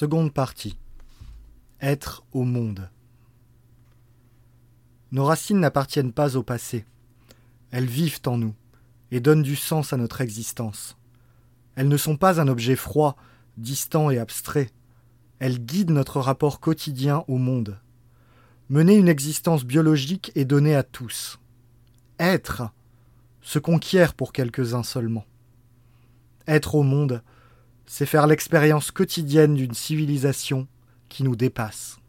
Seconde partie. Être au monde. Nos racines n'appartiennent pas au passé. Elles vivent en nous et donnent du sens à notre existence. Elles ne sont pas un objet froid, distant et abstrait. Elles guident notre rapport quotidien au monde. Mener une existence biologique est donné à tous. Être se conquiert pour quelques-uns seulement. Être au monde, c'est faire l'expérience quotidienne d'une civilisation qui nous dépasse.